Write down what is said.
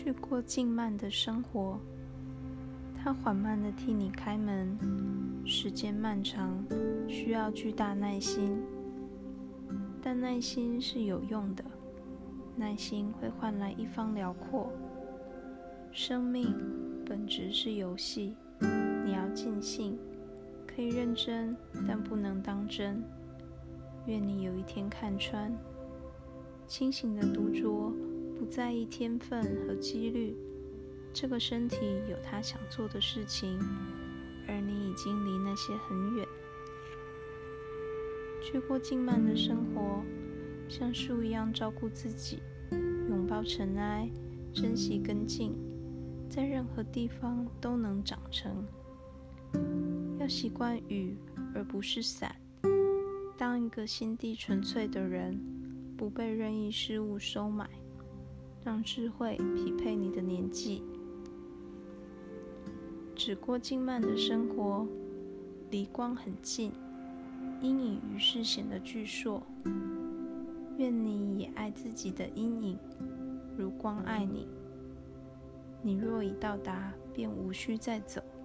去过静慢的生活，它缓慢地替你开门，时间漫长，需要巨大耐心。但耐心是有用的，耐心会换来一方辽阔。生命本质是游戏，你要尽兴，可以认真，但不能当真。愿你有一天看穿，清醒的独酌，不在意天分和几率。这个身体有他想做的事情，而你已经离那些很远。去过静慢的生活，像树一样照顾自己，拥抱尘埃，珍惜根茎，在任何地方都能长成。要习惯雨而不是伞，当一个心地纯粹的人，不被任意事物收买，让智慧匹配你的年纪。只过静慢的生活，离光很近，阴影于是显得巨硕。愿你也爱自己的阴影，如光爱你。你若已到达，便无需再走。